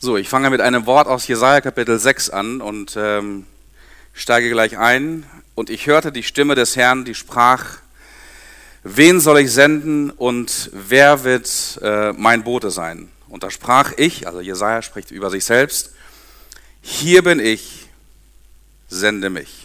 So, ich fange mit einem Wort aus Jesaja Kapitel 6 an und steige gleich ein. Und ich hörte die Stimme des Herrn, die sprach: Wen soll ich senden und wer wird mein Bote sein? Und da sprach ich, also Jesaja spricht über sich selbst: Hier bin ich, sende mich.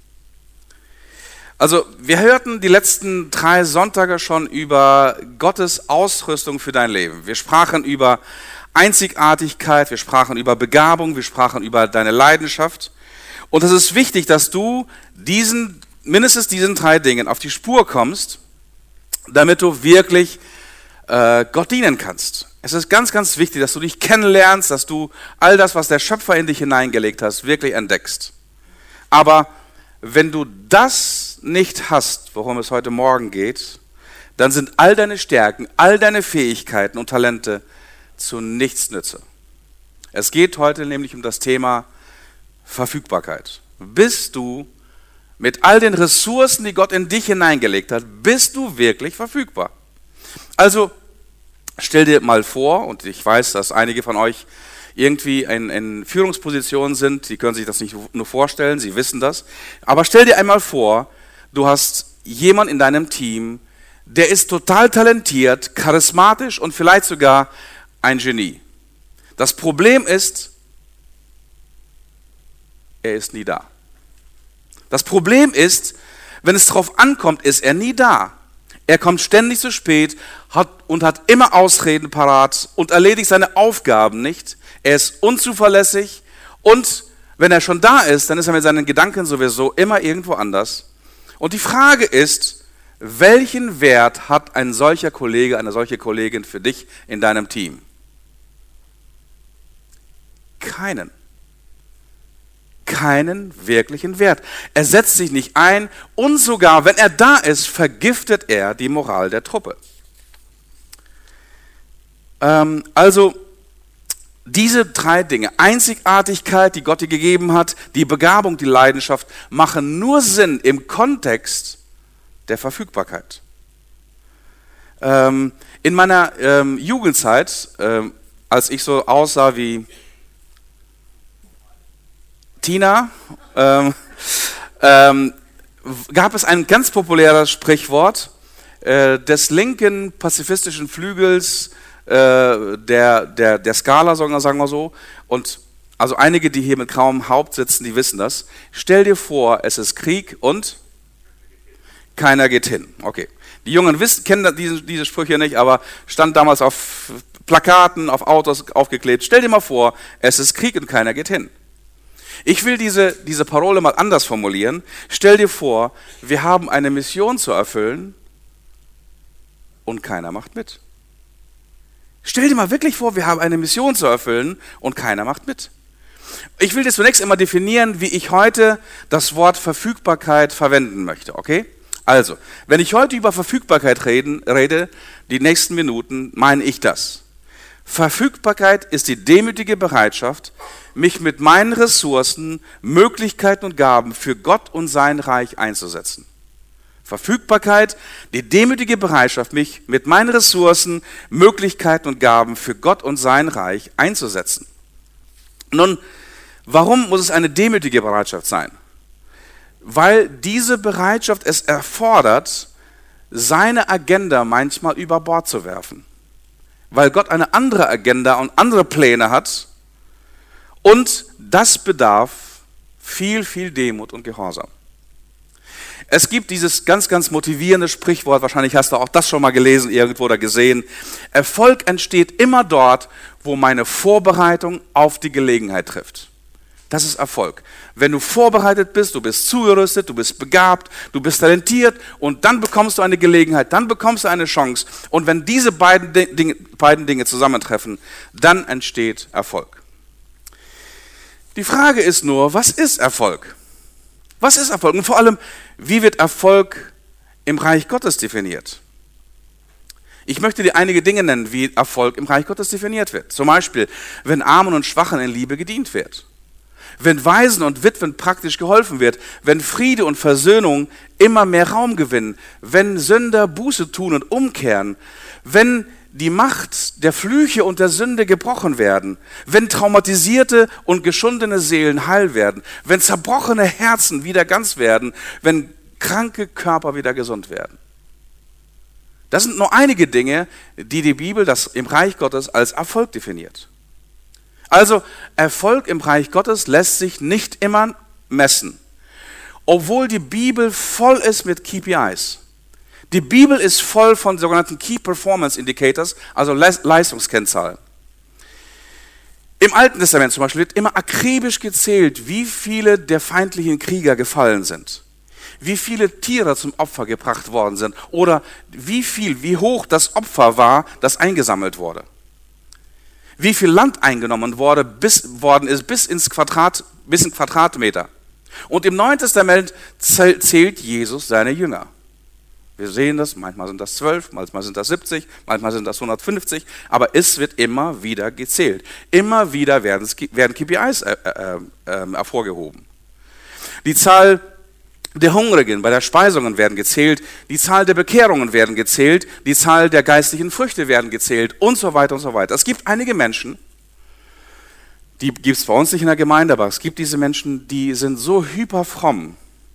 Also wir hörten die letzten 3 Sonntage schon über Gottes Ausrüstung für dein Leben. Wir sprachen über Einzigartigkeit, wir sprachen über Begabung, wir sprachen über deine Leidenschaft. Und es ist wichtig, dass du mindestens diesen 3 Dingen auf die Spur kommst, damit du wirklich Gott dienen kannst. Es ist ganz, ganz wichtig, dass du dich kennenlernst, dass du all das, was der Schöpfer in dich hineingelegt hast, wirklich entdeckst. Aber wenn du das nicht hast, worum es heute Morgen geht, dann sind all deine Stärken, all deine Fähigkeiten und Talente zu nichts nütze. Es geht heute nämlich um das Thema Verfügbarkeit. Bist du mit all den Ressourcen, die Gott in dich hineingelegt hat, bist du wirklich verfügbar? Also stell dir mal vor, und ich weiß, dass einige von euch irgendwie in Führungspositionen sind, die können sich das nicht nur vorstellen, sie wissen das, aber stell dir einmal vor, du hast jemanden in deinem Team, der ist total talentiert, charismatisch und vielleicht sogar ein Genie. Das Problem ist, er ist nie da. Das Problem ist, wenn es darauf ankommt, ist er nie da. Er kommt ständig zu spät hat immer Ausreden parat und erledigt seine Aufgaben nicht. Er ist unzuverlässig und wenn er schon da ist, dann ist er mit seinen Gedanken sowieso immer irgendwo anders. Und die Frage ist, welchen Wert hat ein solcher Kollege, eine solche Kollegin für dich in deinem Team? Keinen. Keinen wirklichen Wert. Er setzt sich nicht ein und sogar, wenn er da ist, vergiftet er die Moral der Truppe. Also diese 3 Dinge, Einzigartigkeit, die Gott dir gegeben hat, die Begabung, die Leidenschaft, machen nur Sinn im Kontext der Verfügbarkeit. In meiner Jugendzeit, als ich so aussah wie Tina, gab es ein ganz populäres Sprichwort des linken pazifistischen Flügels der Skala, sagen wir so. Und also einige, die hier mit grauem Haupt sitzen, die wissen das. Stell dir vor, es ist Krieg und keiner geht hin. Okay. Die Jungen kennen diese Sprüche nicht, aber stand damals auf Plakaten, auf Autos aufgeklebt. Stell dir mal vor, es ist Krieg und keiner geht hin. Ich will diese Parole mal anders formulieren. Stell dir vor, wir haben eine Mission zu erfüllen und keiner macht mit. Stell dir mal wirklich vor, wir haben eine Mission zu erfüllen und keiner macht mit. Ich will das zunächst einmal definieren, wie ich heute das Wort Verfügbarkeit verwenden möchte, okay? Also, wenn ich heute über Verfügbarkeit rede, die nächsten Minuten, meine ich das. Verfügbarkeit ist die demütige Bereitschaft, mich mit meinen Ressourcen, Möglichkeiten und Gaben für Gott und sein Reich einzusetzen. Verfügbarkeit, die demütige Bereitschaft, mich mit meinen Ressourcen, Möglichkeiten und Gaben für Gott und sein Reich einzusetzen. Nun, warum muss es eine demütige Bereitschaft sein? Weil diese Bereitschaft es erfordert, seine Agenda manchmal über Bord zu werfen. Weil Gott eine andere Agenda und andere Pläne hat und das bedarf viel, viel Demut und Gehorsam. Es gibt dieses ganz, ganz motivierende Sprichwort, wahrscheinlich hast du auch das schon mal gelesen irgendwo oder gesehen: Erfolg entsteht immer dort, wo meine Vorbereitung auf die Gelegenheit trifft. Das ist Erfolg. Wenn du vorbereitet bist, du bist zugerüstet, du bist begabt, du bist talentiert und dann bekommst du eine Gelegenheit, dann bekommst du eine Chance. Und wenn diese beiden Dinge zusammentreffen, dann entsteht Erfolg. Die Frage ist nur, was ist Erfolg? Was ist Erfolg? Und vor allem, wie wird Erfolg im Reich Gottes definiert? Ich möchte dir einige Dinge nennen, wie Erfolg im Reich Gottes definiert wird. Zum Beispiel, wenn Armen und Schwachen in Liebe gedient wird. Wenn Waisen und Witwen praktisch geholfen wird, wenn Friede und Versöhnung immer mehr Raum gewinnen, wenn Sünder Buße tun und umkehren, wenn die Macht der Flüche und der Sünde gebrochen werden, wenn traumatisierte und geschundene Seelen heil werden, wenn zerbrochene Herzen wieder ganz werden, wenn kranke Körper wieder gesund werden. Das sind nur einige Dinge, die die Bibel das im Reich Gottes als Erfolg definiert. Also Erfolg im Reich Gottes lässt sich nicht immer messen, obwohl die Bibel voll ist mit KPIs. Die Bibel ist voll von sogenannten Key Performance Indicators, also Leistungskennzahlen. Im Alten Testament zum Beispiel wird immer akribisch gezählt, wie viele der feindlichen Krieger gefallen sind, wie viele Tiere zum Opfer gebracht worden sind oder wie hoch das Opfer war, das eingesammelt wurde. Wie viel Land eingenommen worden ist bis in Quadratmeter. Und im Neuen Testament zählt Jesus seine Jünger. Wir sehen das, manchmal sind das 12, manchmal sind das 70, manchmal sind das 150, aber es wird immer wieder gezählt. Immer wieder werden KPIs hervorgehoben. Die Zahl der Hungrigen bei der Speisungen werden gezählt, die Zahl der Bekehrungen werden gezählt, die Zahl der geistlichen Früchte werden gezählt und so weiter und so weiter. Es gibt einige Menschen, die gibt es bei uns nicht in der Gemeinde, aber es gibt diese Menschen, die sind so hyperfromm,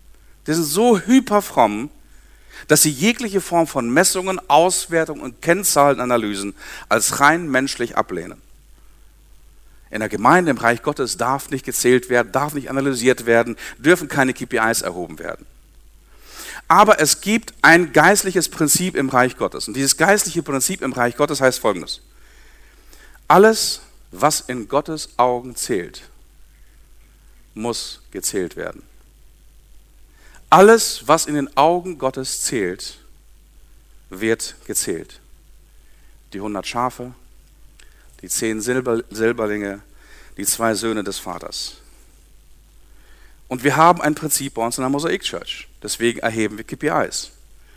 dass sie jegliche Form von Messungen, Auswertungen und Kennzahlenanalysen als rein menschlich ablehnen. In der Gemeinde, im Reich Gottes darf nicht gezählt werden, darf nicht analysiert werden, dürfen keine KPIs erhoben werden. Aber es gibt ein geistliches Prinzip im Reich Gottes. Und dieses geistliche Prinzip im Reich Gottes heißt Folgendes. Alles, was in Gottes Augen zählt, muss gezählt werden. Alles, was in den Augen Gottes zählt, wird gezählt. Die 100 Schafe, die 10 Silberlinge, die 2 Söhne des Vaters. Und wir haben ein Prinzip bei uns in der Mosaic Church. Deswegen erheben wir KPIs.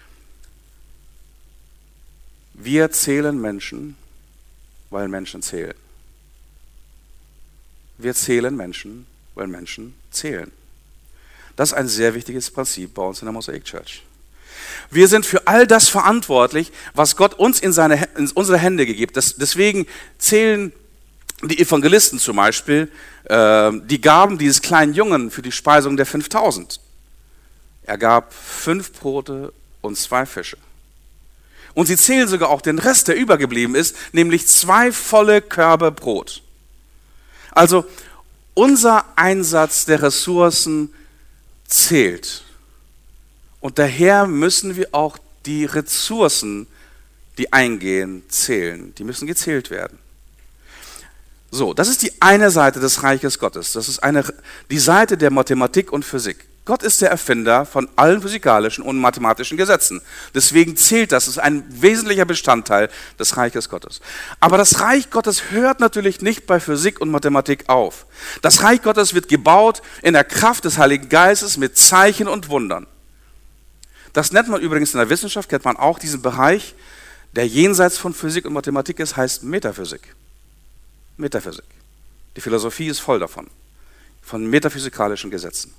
Wir zählen Menschen, weil Menschen zählen. Wir zählen Menschen, weil Menschen zählen. Das ist ein sehr wichtiges Prinzip bei uns in der Mosaic Church. Wir sind für all das verantwortlich, was Gott uns in unsere Hände gegeben hat. Deswegen zählen die Evangelisten zum Beispiel die Gaben dieses kleinen Jungen für die Speisung der 5000. Er gab 5 Brote und 2 Fische. Und sie zählen sogar auch den Rest, der übergeblieben ist, nämlich 2 volle Körbe Brot. Also unser Einsatz der Ressourcen zählt. Und daher müssen wir auch die Ressourcen, die eingehen, zählen. Die müssen gezählt werden. So, das ist die eine Seite des Reiches Gottes. Das ist die Seite der Mathematik und Physik. Gott ist der Erfinder von allen physikalischen und mathematischen Gesetzen. Deswegen zählt das. Das ist ein wesentlicher Bestandteil des Reiches Gottes. Aber das Reich Gottes hört natürlich nicht bei Physik und Mathematik auf. Das Reich Gottes wird gebaut in der Kraft des Heiligen Geistes mit Zeichen und Wundern. Das nennt man übrigens in der Wissenschaft, kennt man auch diesen Bereich, der jenseits von Physik und Mathematik ist, heißt Metaphysik. Metaphysik. Die Philosophie ist voll davon, von metaphysikalischen Gesetzen.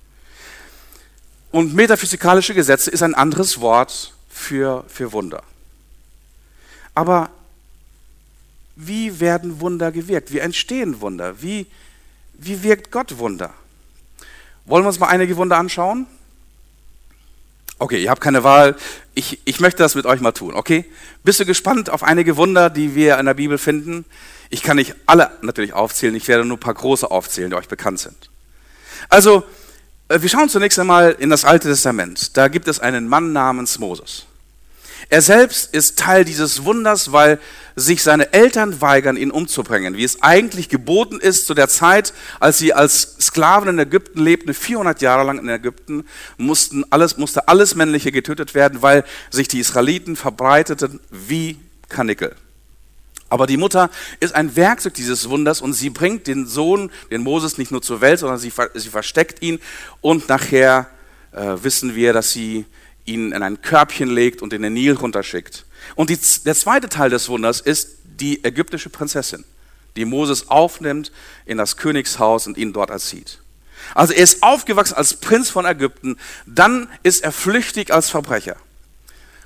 Und metaphysikalische Gesetze ist ein anderes Wort für Wunder. Aber wie werden Wunder gewirkt? Wie entstehen Wunder? Wie wirkt Gott Wunder? Wollen wir uns mal einige Wunder anschauen? Okay, ihr habt keine Wahl. Ich möchte das mit euch mal tun, okay? Bist du gespannt auf einige Wunder, die wir in der Bibel finden? Ich kann nicht alle natürlich aufzählen, ich werde nur ein paar große aufzählen, die euch bekannt sind. Also, wir schauen zunächst einmal in das Alte Testament. Da gibt es einen Mann namens Moses. Er selbst ist Teil dieses Wunders, weil sich seine Eltern weigern, ihn umzubringen, wie es eigentlich geboten ist zu der Zeit, als sie als Sklaven in Ägypten lebten, 400 Jahre lang in Ägypten, musste alles Männliche getötet werden, weil sich die Israeliten verbreiteten wie Karnickel. Aber die Mutter ist ein Werkzeug dieses Wunders und sie bringt den Sohn, den Moses, nicht nur zur Welt, sondern sie versteckt ihn und nachher wissen wir, dass sie ihn in ein Körbchen legt und in den Nil runterschickt. Und der zweite Teil des Wunders ist die ägyptische Prinzessin, die Moses aufnimmt in das Königshaus und ihn dort erzieht. Also er ist aufgewachsen als Prinz von Ägypten, dann ist er flüchtig als Verbrecher.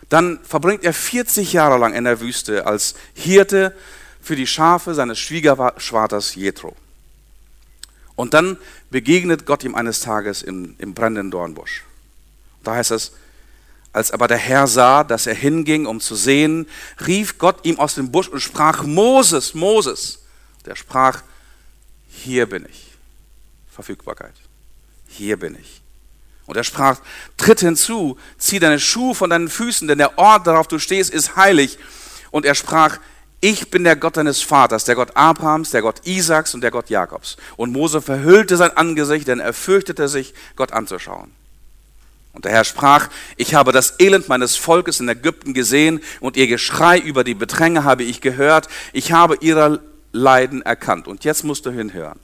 Dann verbringt er 40 Jahre lang in der Wüste als Hirte für die Schafe seines Schwiegervaters Jethro. Und dann begegnet Gott ihm eines Tages im brennenden Dornbusch. Da heißt es, als aber der Herr sah, dass er hinging, um zu sehen, rief Gott ihm aus dem Busch und sprach, Moses, Moses. Der sprach, hier bin ich. Verfügbarkeit. Hier bin ich. Und er sprach, tritt hinzu, zieh deine Schuhe von deinen Füßen, denn der Ort, darauf du stehst, ist heilig. Und er sprach, ich bin der Gott deines Vaters, der Gott Abrahams, der Gott Isaaks und der Gott Jakobs. Und Mose verhüllte sein Angesicht, denn er fürchtete sich, Gott anzuschauen. Und der Herr sprach, ich habe das Elend meines Volkes in Ägypten gesehen und ihr Geschrei über die Bedränge habe ich gehört. Ich habe ihre Leiden erkannt. Und jetzt musst du hinhören.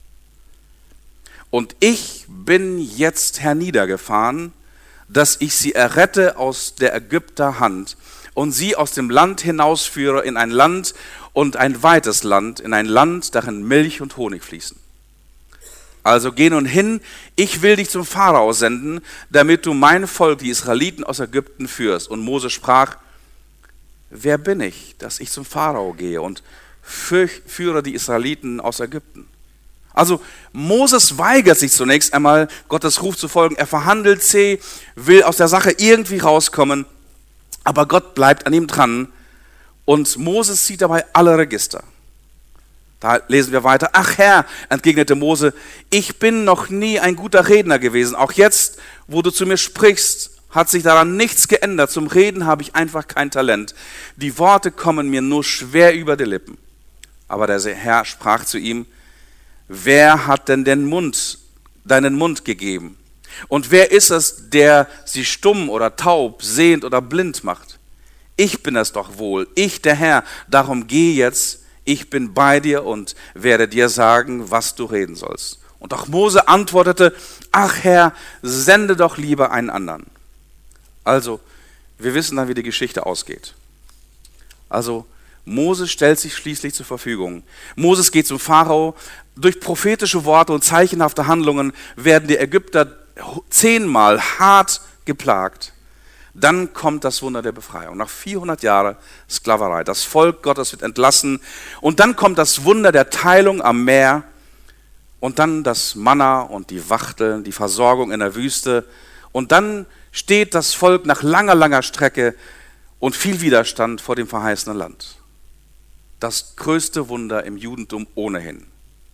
Und ich bin jetzt herniedergefahren, dass ich sie errette aus der Ägypter Hand und sie aus dem Land hinausführe in ein Land und ein weites Land, in ein Land, darin Milch und Honig fließen. Also geh nun hin, ich will dich zum Pharao senden, damit du mein Volk, die Israeliten aus Ägypten führst. Und Mose sprach, wer bin ich, dass ich zum Pharao gehe und führe die Israeliten aus Ägypten? Also Moses weigert sich zunächst einmal, Gottes Ruf zu folgen. Er verhandelt zäh, will aus der Sache irgendwie rauskommen, aber Gott bleibt an ihm dran und Moses zieht dabei alle Register. Da lesen wir weiter. Ach Herr, entgegnete Mose, ich bin noch nie ein guter Redner gewesen. Auch jetzt, wo du zu mir sprichst, hat sich daran nichts geändert. Zum Reden habe ich einfach kein Talent. Die Worte kommen mir nur schwer über die Lippen. Aber der Herr sprach zu ihm, wer hat denn deinen Mund gegeben? Und wer ist es, der sie stumm oder taub, sehend oder blind macht? Ich bin es doch wohl, ich der Herr. Darum geh jetzt, ich bin bei dir und werde dir sagen, was du reden sollst. Und auch Mose antwortete, ach Herr, sende doch lieber einen anderen. Also, wir wissen dann, wie die Geschichte ausgeht. Also, Mose stellt sich schließlich zur Verfügung. Moses geht zum Pharao. Durch prophetische Worte und zeichenhafte Handlungen werden die Ägypter 10-mal hart geplagt. Dann kommt das Wunder der Befreiung. Nach 400 Jahren Sklaverei. Das Volk Gottes wird entlassen. Und dann kommt das Wunder der Teilung am Meer. Und dann das Manna und die Wachteln, die Versorgung in der Wüste. Und dann steht das Volk nach langer, langer Strecke und viel Widerstand vor dem verheißenen Land. Das größte Wunder im Judentum ohnehin.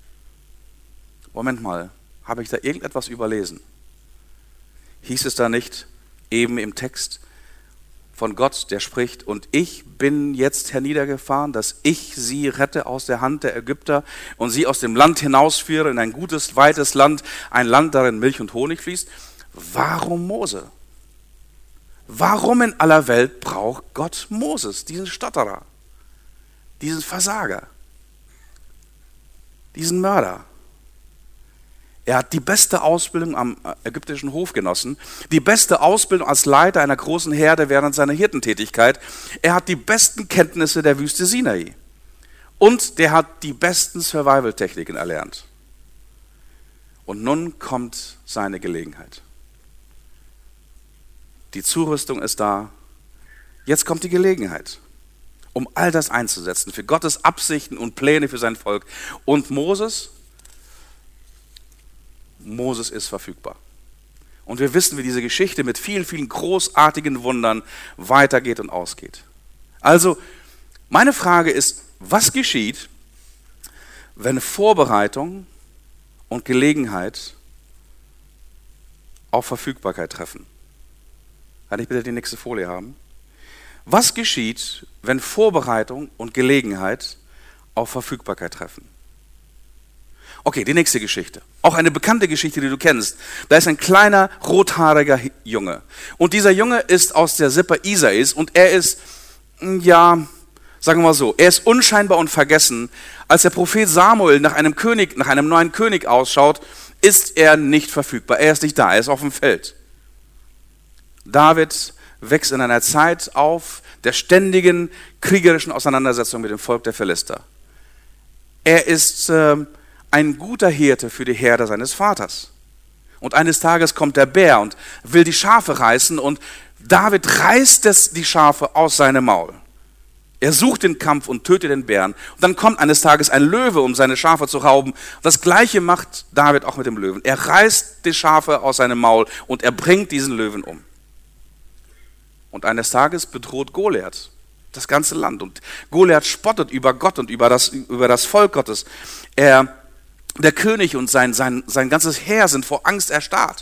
Moment mal, habe ich da irgendetwas überlesen? Hieß es da nicht, eben im Text von Gott, der spricht, und ich bin jetzt herniedergefahren, dass ich sie rette aus der Hand der Ägypter und sie aus dem Land hinausführe in ein gutes, weites Land, ein Land, darin Milch und Honig fließt. Warum Mose? Warum in aller Welt braucht Gott Moses, diesen Stotterer, diesen Versager, diesen Mörder? Er hat die beste Ausbildung am ägyptischen Hof genossen, die beste Ausbildung als Leiter einer großen Herde während seiner Hirtentätigkeit. Er hat die besten Kenntnisse der Wüste Sinai und der hat die besten Survival-Techniken erlernt. Und nun kommt seine Gelegenheit. Die Zurüstung ist da. Jetzt kommt die Gelegenheit, um all das einzusetzen, für Gottes Absichten und Pläne für sein Volk. Und Moses ist verfügbar. Und wir wissen, wie diese Geschichte mit vielen, vielen großartigen Wundern weitergeht und ausgeht. Also, meine Frage ist, was geschieht, wenn Vorbereitung und Gelegenheit auf Verfügbarkeit treffen? Kann ich bitte die nächste Folie haben? Was geschieht, wenn Vorbereitung und Gelegenheit auf Verfügbarkeit treffen? Okay, die nächste Geschichte. Auch eine bekannte Geschichte, die du kennst. Da ist ein kleiner, rothaariger Junge. Und dieser Junge ist aus der Sippe Isais und er ist, ja, sagen wir mal so, er ist unscheinbar und vergessen. Als der Prophet Samuel nach einem neuen König ausschaut, ist er nicht verfügbar. Er ist nicht da, er ist auf dem Feld. David wächst in einer Zeit auf der ständigen kriegerischen Auseinandersetzung mit dem Volk der Philister. Er ist ein guter Hirte für die Herde seines Vaters. Und eines Tages kommt der Bär und will die Schafe reißen und David reißt die Schafe aus seinem Maul. Er sucht den Kampf und tötet den Bären. Und dann kommt eines Tages ein Löwe, um seine Schafe zu rauben. Das Gleiche macht David auch mit dem Löwen. Er reißt die Schafe aus seinem Maul und er bringt diesen Löwen um. Und eines Tages bedroht Goliath das ganze Land. Und Goliath spottet über Gott und über das Volk Gottes. Der König und sein ganzes Heer sind vor Angst erstarrt.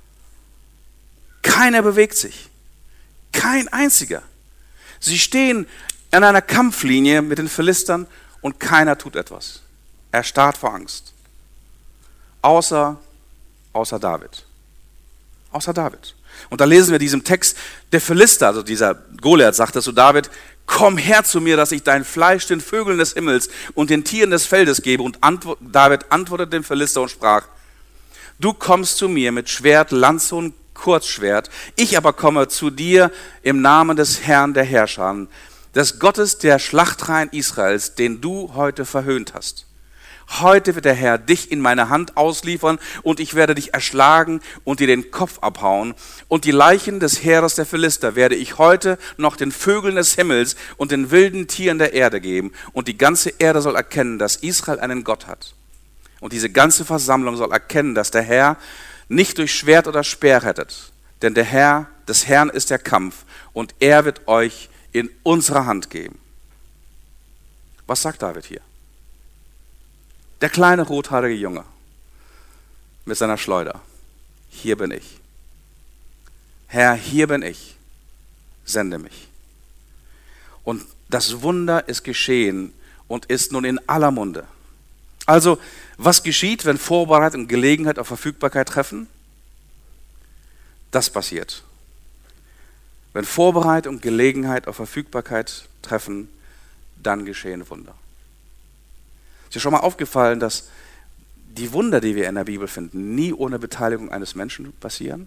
Keiner bewegt sich. Kein einziger. Sie stehen an einer Kampflinie mit den Philistern und keiner tut etwas. Er starrt vor Angst. Außer David. Außer David. Und da lesen wir in diesem Text, der Philister, also dieser Goliath, sagte zu David: Komm her zu mir, dass ich dein Fleisch den Vögeln des Himmels und den Tieren des Feldes gebe. Und David antwortete dem Philister und sprach: Du kommst zu mir mit Schwert, Lanze und Kurzschwert. Ich aber komme zu dir im Namen des Herrn der Herrscher, des Gottes der Schlachtreihen Israels, den du heute verhöhnt hast. Heute wird der Herr dich in meine Hand ausliefern und ich werde dich erschlagen und dir den Kopf abhauen. Und die Leichen des Heeres der Philister werde ich heute noch den Vögeln des Himmels und den wilden Tieren der Erde geben. Und die ganze Erde soll erkennen, dass Israel einen Gott hat. Und diese ganze Versammlung soll erkennen, dass der Herr nicht durch Schwert oder Speer rettet. Denn des Herrn ist der Kampf und er wird euch in unsere Hand geben. Was sagt David hier? Der kleine rothaarige Junge mit seiner Schleuder. Hier bin ich. Herr, hier bin ich. Sende mich. Und das Wunder ist geschehen und ist nun in aller Munde. Also, was geschieht, wenn Vorbereitung und Gelegenheit auf Verfügbarkeit treffen? Das passiert. Wenn Vorbereitung und Gelegenheit auf Verfügbarkeit treffen, dann geschehen Wunder. Ist dir schon mal aufgefallen, dass die Wunder, die wir in der Bibel finden, nie ohne Beteiligung eines Menschen passieren?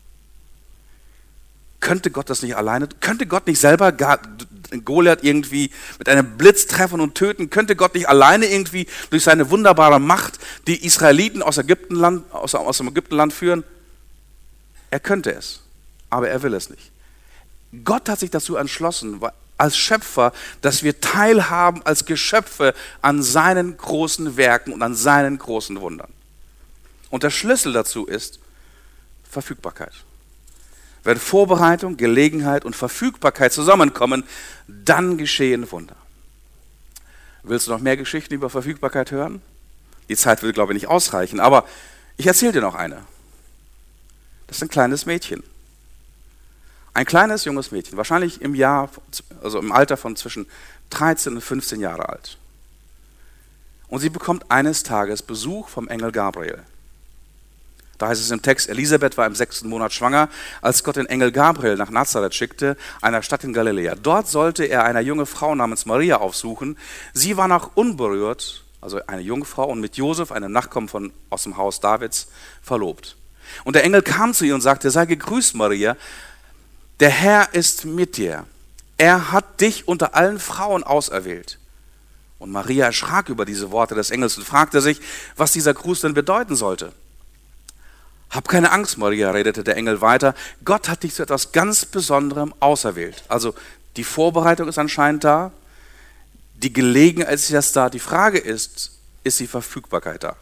Könnte Gott das nicht alleine? Könnte Gott nicht selber Goliath irgendwie mit einem Blitz treffen und töten? Könnte Gott nicht alleine irgendwie durch seine wunderbare Macht die Israeliten aus dem Ägyptenland führen? Er könnte es, aber er will es nicht. Gott hat sich dazu entschlossen, als Schöpfer, dass wir teilhaben als Geschöpfe an seinen großen Werken und an seinen großen Wundern. Und der Schlüssel dazu ist Verfügbarkeit. Wenn Vorbereitung, Gelegenheit und Verfügbarkeit zusammenkommen, dann geschehen Wunder. Willst du noch mehr Geschichten über Verfügbarkeit hören? Die Zeit will, glaube ich, nicht ausreichen, aber ich erzähle dir noch eine. Das ist ein kleines Mädchen. Ein kleines, junges Mädchen, wahrscheinlich im Alter von zwischen 13 und 15 Jahre alt. Und sie bekommt eines Tages Besuch vom Engel Gabriel. Da heißt es im Text, Elisabeth war im 6. Monat schwanger, als Gott den Engel Gabriel nach Nazareth schickte, einer Stadt in Galiläa. Dort sollte er eine junge Frau namens Maria aufsuchen. Sie war noch unberührt, also eine Jungfrau, und mit Josef, einem Nachkommen aus dem Haus Davids, verlobt. Und der Engel kam zu ihr und sagte: Sei gegrüßt, Maria, der Herr ist mit dir. Er hat dich unter allen Frauen auserwählt. Und Maria erschrak über diese Worte des Engels und fragte sich, was dieser Gruß denn bedeuten sollte. Hab keine Angst, Maria, redete der Engel weiter. Gott hat dich zu etwas ganz Besonderem auserwählt. Also die Vorbereitung ist anscheinend da, die Gelegenheit ist jetzt da. Die Frage ist die Verfügbarkeit da?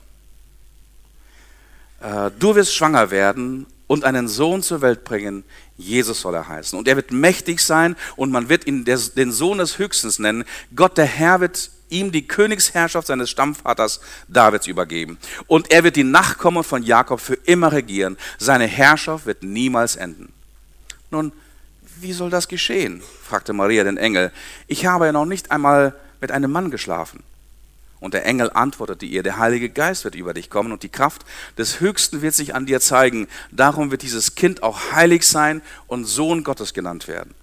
Du wirst schwanger werden und einen Sohn zur Welt bringen, Jesus soll er heißen. Und er wird mächtig sein und man wird ihn den Sohn des Höchstens nennen. Gott, der Herr, wird ihm die Königsherrschaft seines Stammvaters Davids übergeben. Und er wird die Nachkommen von Jakob für immer regieren. Seine Herrschaft wird niemals enden. Nun, wie soll das geschehen? Fragte Maria den Engel. Ich habe ja noch nicht einmal mit einem Mann geschlafen. Und der Engel antwortete ihr: Der Heilige Geist wird über dich kommen und die Kraft des Höchsten wird sich an dir zeigen. Darum wird dieses Kind auch heilig sein und Sohn Gottes genannt werden.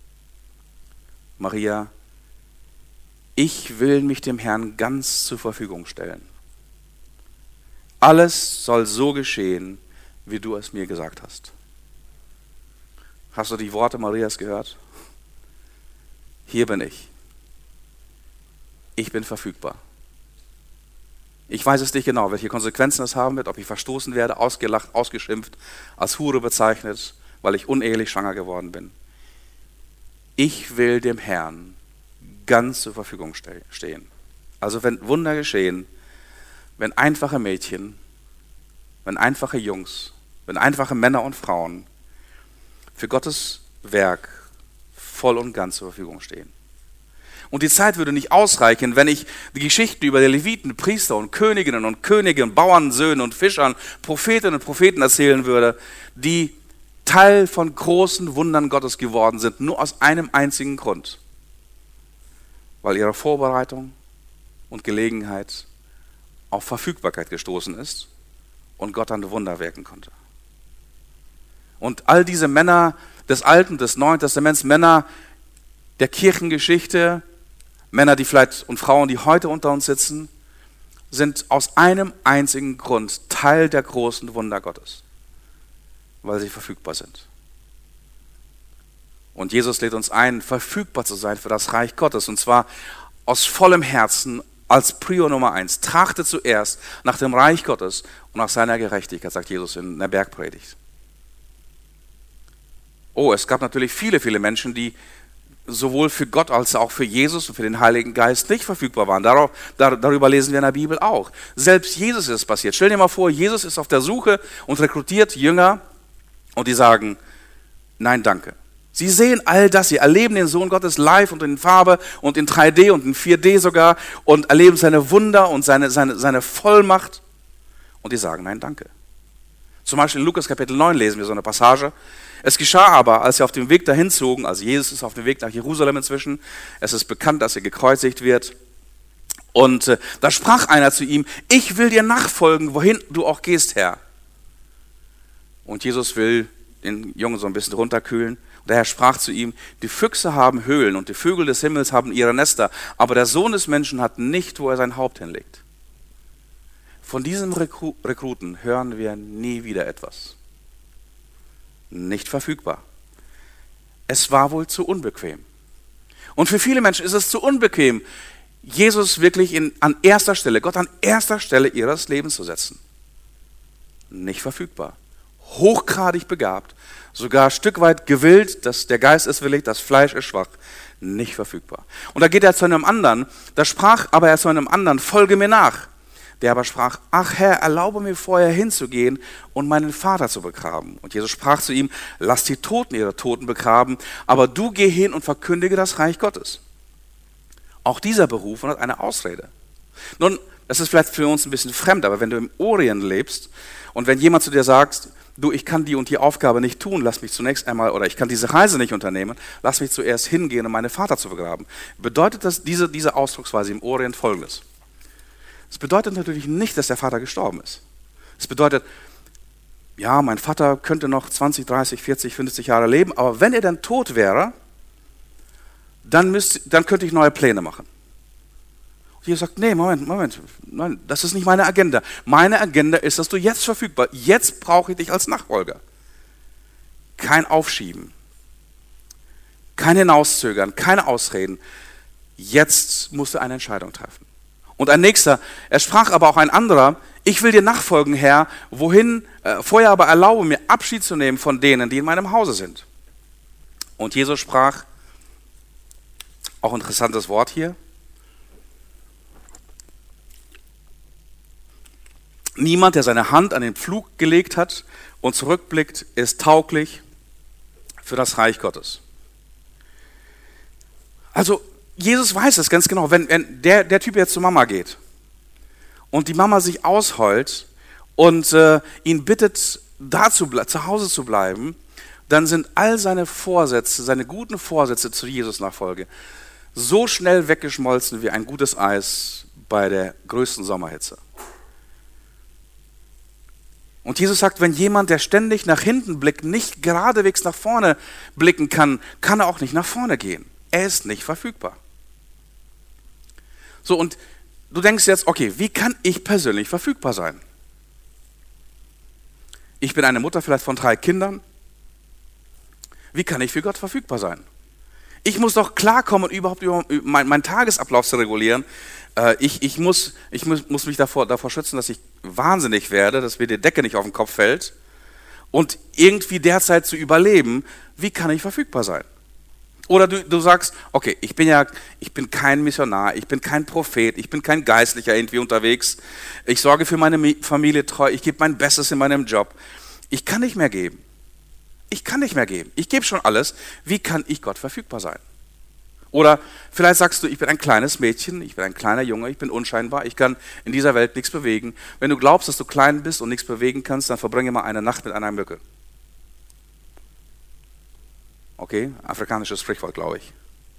Maria, ich will mich dem Herrn ganz zur Verfügung stellen. Alles soll so geschehen, wie du es mir gesagt hast. Hast du die Worte Marias gehört? Hier bin ich. Ich bin verfügbar. Ich weiß es nicht genau, welche Konsequenzen es haben wird, ob ich verstoßen werde, ausgelacht, ausgeschimpft, als Hure bezeichnet, weil ich unehelich schwanger geworden bin. Ich will dem Herrn ganz zur Verfügung stehen. Also wenn Wunder geschehen, wenn einfache Mädchen, wenn einfache Jungs, wenn einfache Männer und Frauen für Gottes Werk voll und ganz zur Verfügung stehen. Und die Zeit würde nicht ausreichen, wenn ich die Geschichten über die Leviten, Priester und Königinnen und Könige, Bauern, Söhne und Fischern, Prophetinnen und Propheten erzählen würde, die Teil von großen Wundern Gottes geworden sind, nur aus einem einzigen Grund. Weil ihre Vorbereitung und Gelegenheit auf Verfügbarkeit gestoßen ist und Gott ein Wunder wirken konnte. Und all diese Männer des Alten und des Neuen Testaments, Männer der Kirchengeschichte, Männer, die vielleicht und Frauen, die heute unter uns sitzen, sind aus einem einzigen Grund Teil der großen Wunder Gottes, weil sie verfügbar sind. Und Jesus lädt uns ein, verfügbar zu sein für das Reich Gottes, und zwar aus vollem Herzen als Prio Nummer 1. Trachte zuerst nach dem Reich Gottes und nach seiner Gerechtigkeit, sagt Jesus in der Bergpredigt. Oh, es gab natürlich viele, viele Menschen, die sowohl für Gott als auch für Jesus und für den Heiligen Geist nicht verfügbar waren. Darüber lesen wir in der Bibel auch. Selbst Jesus ist es passiert. Stell dir mal vor, Jesus ist auf der Suche und rekrutiert Jünger und die sagen, nein, danke. Sie sehen all das, sie erleben den Sohn Gottes live und in Farbe und in 3D und in 4D sogar und erleben seine Wunder und seine Vollmacht und die sagen, nein, danke. Zum Beispiel in Lukas Kapitel 9 lesen wir so eine Passage. Es geschah aber, als sie auf dem Weg dahin zogen, also Jesus ist auf dem Weg nach Jerusalem inzwischen, es ist bekannt, dass er gekreuzigt wird. Und da sprach einer zu ihm, ich will dir nachfolgen, wohin du auch gehst, Herr. Und Jesus will den Jungen so ein bisschen runterkühlen. Und der Herr sprach zu ihm, die Füchse haben Höhlen und die Vögel des Himmels haben ihre Nester, aber der Sohn des Menschen hat nicht, wo er sein Haupt hinlegt. Von diesem Rekruten hören wir nie wieder etwas. Nicht verfügbar. Es war wohl zu unbequem. Und für viele Menschen ist es zu unbequem, Jesus wirklich an erster Stelle, Gott an erster Stelle ihres Lebens zu setzen. Nicht verfügbar. Hochgradig begabt, sogar ein Stück weit gewillt, dass der Geist ist willig, das Fleisch ist schwach. Nicht verfügbar. Und da geht er zu einem anderen, da sprach aber er zu einem anderen, folge mir nach. Der aber sprach, ach Herr, erlaube mir vorher hinzugehen und meinen Vater zu begraben. Und Jesus sprach zu ihm, lass die Toten ihre Toten begraben, aber du geh hin und verkündige das Reich Gottes. Auch dieser Berufene hat eine Ausrede. Nun, das ist vielleicht für uns ein bisschen fremd, aber wenn du im Orient lebst und wenn jemand zu dir sagt, du, ich kann die und die Aufgabe nicht tun, lass mich zunächst einmal, oder ich kann diese Reise nicht unternehmen, lass mich zuerst hingehen, um meinen Vater zu begraben, bedeutet das diese Ausdrucksweise im Orient Folgendes. Es bedeutet natürlich nicht, dass der Vater gestorben ist. Es bedeutet, ja, mein Vater könnte noch 20, 30, 40, 50 Jahre leben, aber wenn er dann tot wäre, dann könnte ich neue Pläne machen. Und Jesus sagt, nee, Moment, nein, das ist nicht meine Agenda. Meine Agenda ist, dass du jetzt verfügbar, jetzt brauche ich dich als Nachfolger. Kein Aufschieben, kein Hinauszögern, keine Ausreden. Jetzt musst du eine Entscheidung treffen. Und ein nächster, er sprach aber auch ein anderer, ich will dir nachfolgen, Herr, wohin, vorher aber erlaube mir Abschied zu nehmen von denen, die in meinem Hause sind. Und Jesus sprach, auch interessantes Wort hier, niemand, der seine Hand an den Pflug gelegt hat und zurückblickt, ist tauglich für das Reich Gottes. Also, Jesus weiß es ganz genau, wenn der Typ jetzt zur Mama geht und die Mama sich ausheult und ihn bittet, zu Hause zu bleiben, dann sind all seine Vorsätze, seine guten Vorsätze zur Jesus-Nachfolge so schnell weggeschmolzen wie ein gutes Eis bei der größten Sommerhitze. Und Jesus sagt, wenn jemand, der ständig nach hinten blickt, nicht geradewegs nach vorne blicken kann, kann er auch nicht nach vorne gehen. Er ist nicht verfügbar. So, und du denkst jetzt, okay, wie kann ich persönlich verfügbar sein? Ich bin eine Mutter vielleicht von 3 Kindern. Wie kann ich für Gott verfügbar sein? Ich muss doch klarkommen, überhaupt über meinen Tagesablauf zu regulieren. Ich muss mich davor schützen, dass ich wahnsinnig werde, dass mir die Decke nicht auf den Kopf fällt. und irgendwie derzeit zu überleben, wie kann ich verfügbar sein? Oder du sagst, okay, ich bin kein Missionar, ich bin kein Prophet, ich bin kein Geistlicher irgendwie unterwegs, ich sorge für meine Familie treu, ich gebe mein Bestes in meinem Job. Ich kann nicht mehr geben. Ich kann nicht mehr geben. Ich gebe schon alles. Wie kann ich Gott verfügbar sein? Oder vielleicht sagst du, ich bin ein kleines Mädchen, ich bin ein kleiner Junge, ich bin unscheinbar, ich kann in dieser Welt nichts bewegen. Wenn du glaubst, dass du klein bist und nichts bewegen kannst, dann verbringe mal eine Nacht mit einer Mücke. Okay, afrikanisches Sprichwort, glaube ich.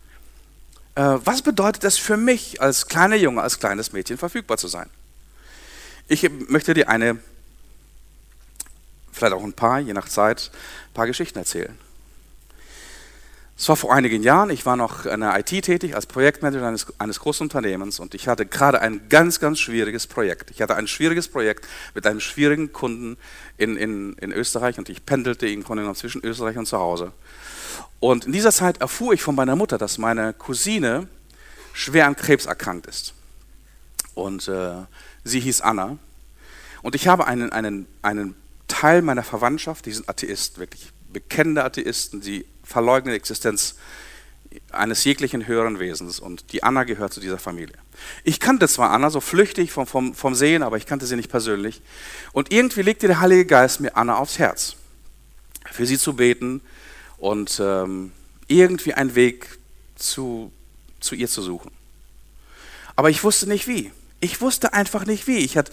Was bedeutet es für mich, als kleiner Junge, als kleines Mädchen verfügbar zu sein? Ich möchte dir vielleicht auch ein paar, je nach Zeit, ein paar Geschichten erzählen. Es war vor einigen Jahren, ich war noch in der IT tätig als Projektmanager eines großen Unternehmens und ich hatte gerade ein ganz, ganz schwieriges Projekt. Ich hatte ein schwieriges Projekt mit einem schwierigen Kunden in Österreich und ich pendelte im Grunde genommen zwischen Österreich und zu Hause. Und in dieser Zeit erfuhr ich von meiner Mutter, dass meine Cousine schwer an Krebs erkrankt ist. Und sie hieß Anna. Und ich habe einen Teil meiner Verwandtschaft, die sind Atheisten, wirklich bekennende Atheisten, die verleugnen die Existenz eines jeglichen höheren Wesens. Und die Anna gehört zu dieser Familie. Ich kannte zwar Anna so flüchtig vom Sehen, aber ich kannte sie nicht persönlich. Und irgendwie legte der Heilige Geist mir Anna aufs Herz, für sie zu beten und irgendwie einen Weg zu ihr zu suchen. Aber ich wusste nicht wie. Ich wusste einfach nicht wie. Ich hatte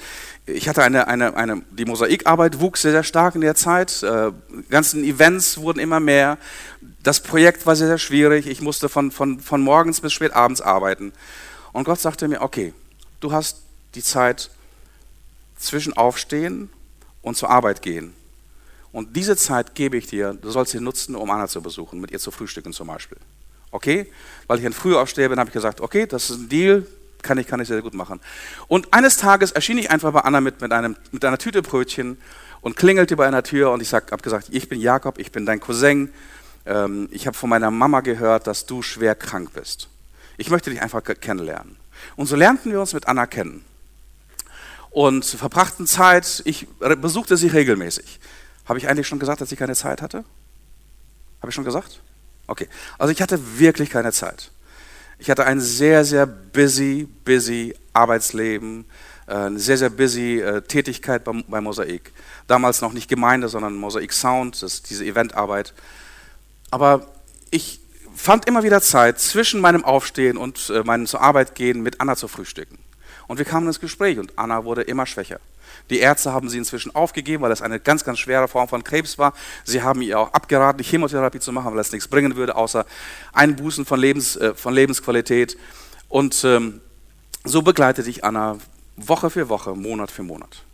die Mosaikarbeit wuchs sehr, sehr stark in der Zeit. Ganzen Events wurden immer mehr. Das Projekt war sehr, sehr schwierig. Ich musste von morgens bis spät abends arbeiten. Und Gott sagte mir, okay, du hast die Zeit zwischen Aufstehen und zur Arbeit gehen. Und diese Zeit gebe ich dir, du sollst sie nutzen, um Anna zu besuchen, mit ihr zu frühstücken zum Beispiel. Okay? Weil ich ein Frühaufsteher bin, habe ich gesagt, okay, das ist ein Deal, kann ich sehr gut machen. Und eines Tages erschien ich einfach bei Anna mit einer Tüte Brötchen und klingelte bei einer Tür und ich habe gesagt, ich bin Jakob, ich bin dein Cousin. Ich habe von meiner Mama gehört, dass du schwer krank bist. Ich möchte dich einfach kennenlernen. Und so lernten wir uns mit Anna kennen und verbrachten Zeit. Ich besuchte sie regelmäßig. Habe ich eigentlich schon gesagt, dass ich keine Zeit hatte? Habe ich schon gesagt? Okay, also ich hatte wirklich keine Zeit. Ich hatte ein sehr, sehr busy Arbeitsleben, eine sehr, sehr busy Tätigkeit bei Mosaik. Damals noch nicht Gemeinde, sondern Mosaik Sound, das ist diese Eventarbeit. Aber ich fand immer wieder Zeit, zwischen meinem Aufstehen und meinem zur Arbeit gehen, mit Anna zu frühstücken. Und wir kamen ins Gespräch und Anna wurde immer schwächer. Die Ärzte haben sie inzwischen aufgegeben, weil es eine ganz, ganz schwere Form von Krebs war. Sie haben ihr auch abgeraten, die Chemotherapie zu machen, weil es nichts bringen würde, außer Einbußen von Lebensqualität. Und so begleitete ich Anna Woche für Woche, Monat für Monat.